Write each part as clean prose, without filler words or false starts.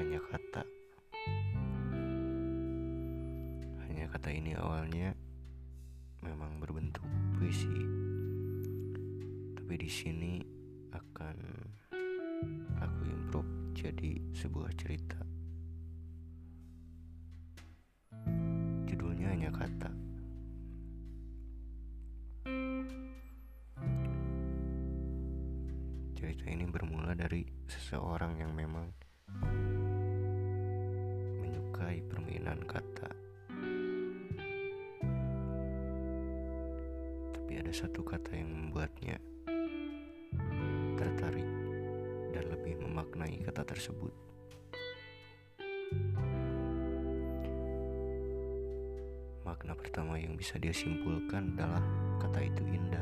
Hanya kata. Hanya kata ini awalnya memang berbentuk puisi, tapi di sini akan aku improve jadi sebuah cerita. Judulnya Hanya Kata. Cerita ini bermula dari seseorang yang memang menyukai permainan kata. Tapi ada satu kata yang membuatnya tertarik dan lebih memaknai kata tersebut. Makna pertama yang bisa dia simpulkan adalah kata itu indah.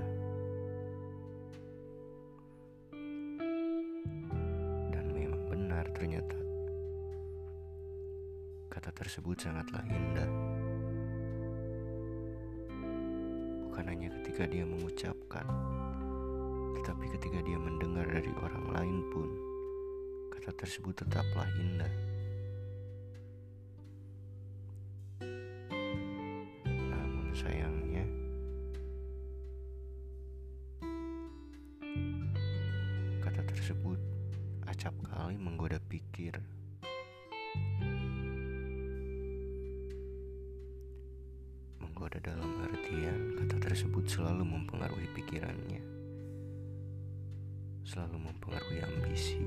Dan memang benar ternyata. Kata tersebut sangatlah indah. Bukan hanya ketika dia mengucapkan, tetapi ketika dia mendengar dari orang lain pun, kata tersebut tetaplah indah. Namun sayangnya, kata tersebut acap kali menggoda pikir. Menggoda dalam artian kata tersebut selalu mempengaruhi pikirannya, selalu mempengaruhi ambisi.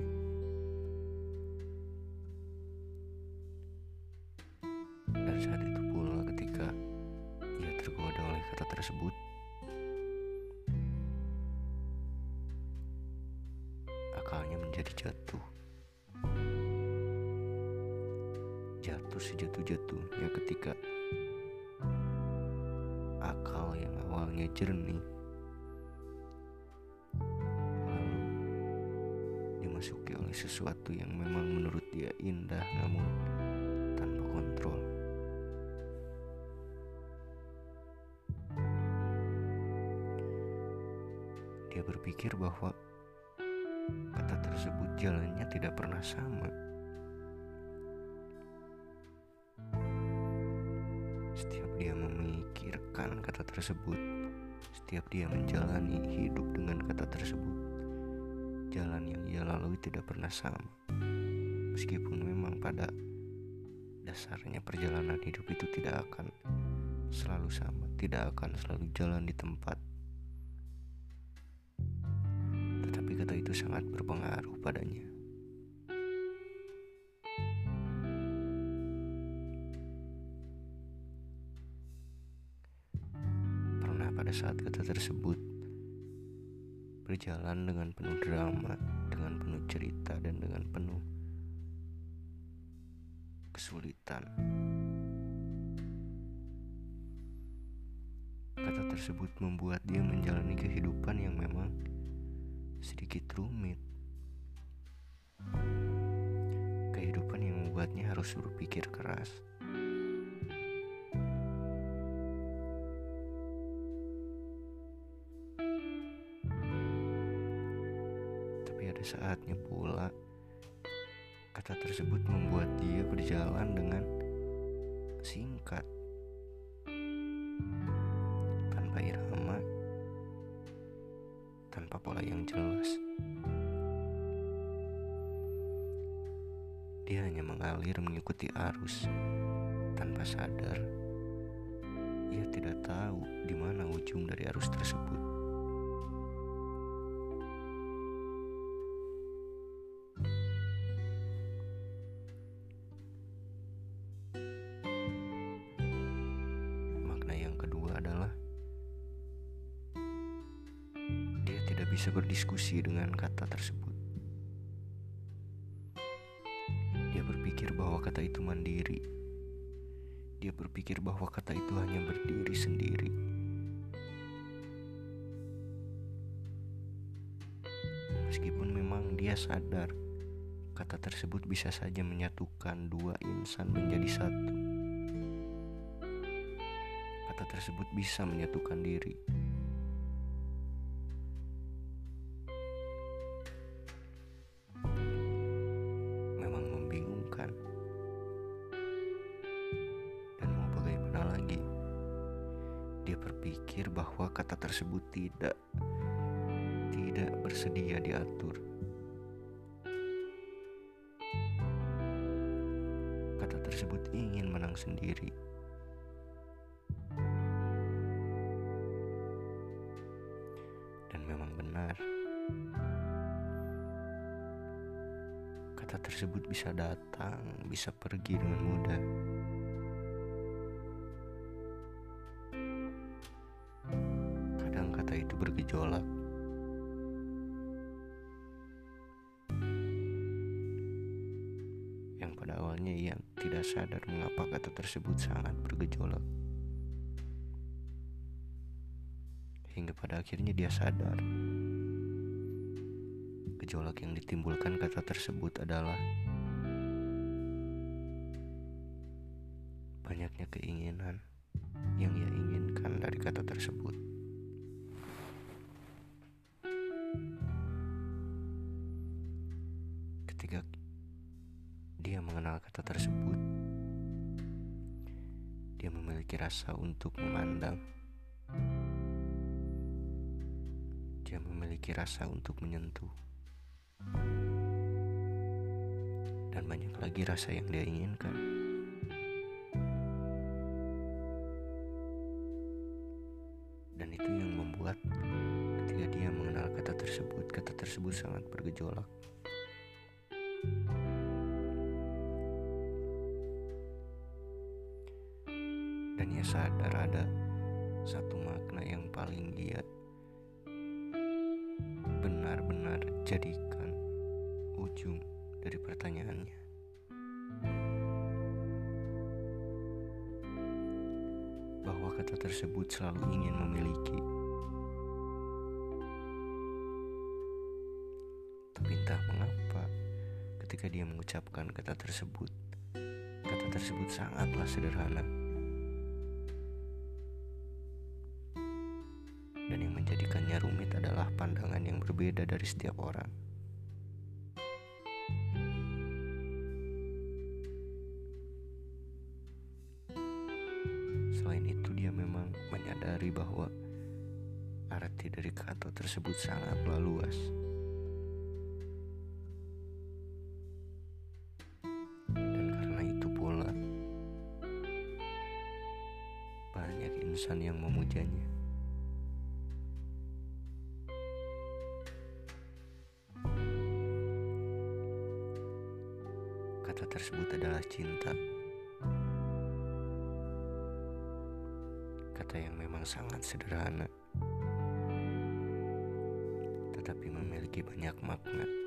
Dan saat itu pula ketika ia tergoda oleh kata tersebut, akalnya menjadi jatuh. Jatuh sejatuh-jatuhnya ketika akal yang awalnya jernih lalu dimasuki oleh sesuatu yang memang menurut dia indah namun tanpa kontrol. Dia berpikir bahwa kata tersebut jalannya tidak pernah sama. Setiap dia memikirkan kata tersebut, setiap dia menjalani hidup dengan kata tersebut, jalan yang ia lalui tidak pernah sama. Meskipun memang pada dasarnya perjalanan hidup itu tidak akan selalu sama, tidak akan selalu jalan di tempat. Tetapi kata itu sangat berpengaruh padanya. Pada saat kata tersebut berjalan dengan penuh drama, dengan penuh cerita, dan dengan penuh kesulitan. Kata tersebut membuat dia menjalani kehidupan yang memang sedikit rumit. Kehidupan yang membuatnya harus berpikir keras. Ada saatnya pula kata tersebut membuat dia berjalan dengan singkat, tanpa irama, tanpa pola yang jelas. Dia hanya mengalir mengikuti arus tanpa sadar. Ia tidak tahu di mana ujung dari arus tersebut. Bisa berdiskusi dengan kata tersebut. Dia berpikir bahwa kata itu mandiri. Dia berpikir bahwa kata itu hanya berdiri sendiri. Meskipun memang dia sadar kata tersebut bisa saja menyatukan dua insan menjadi satu. Kata tersebut bisa menyatukan diri. Memang membingungkan. berpikir bahwa kata tersebut tidak bersedia diatur. Kata tersebut ingin menang sendiri. Dan memang benar, kata tersebut bisa datang, bisa pergi dengan mudah. Kadang kata itu bergejolak. Yang pada awalnya ia tidak sadar mengapa kata tersebut sangat bergejolak. Hingga pada akhirnya dia sadar. Gejolak yang ditimbulkan kata tersebut adalah banyaknya keinginan yang ia inginkan dari kata tersebut. Ketika dia mengenal kata tersebut, dia memiliki rasa untuk memandang. Dia memiliki rasa untuk menyentuh. Dan banyak lagi rasa yang dia inginkan. Dan itu yang membuat ketika dia mengenal kata tersebut sangat bergejolak. Dan ia sadar ada satu makna yang paling dia benar-benar jadikan ujung dari pertanyaannya. Bahwa kata tersebut selalu ingin memiliki. Tapi entah mengapa ketika dia mengucapkan kata tersebut sangatlah sederhana. Dan yang menjadikannya rumit adalah pandangan yang berbeda dari setiap orang. Selain itu, dia memang menyadari bahwa arti dari kata tersebut sangatlah luas. Dan karena itu pula, banyak insan yang memujanya. Kata tersebut adalah cinta. Kata yang memang sangat sederhana, tetapi memiliki banyak makna.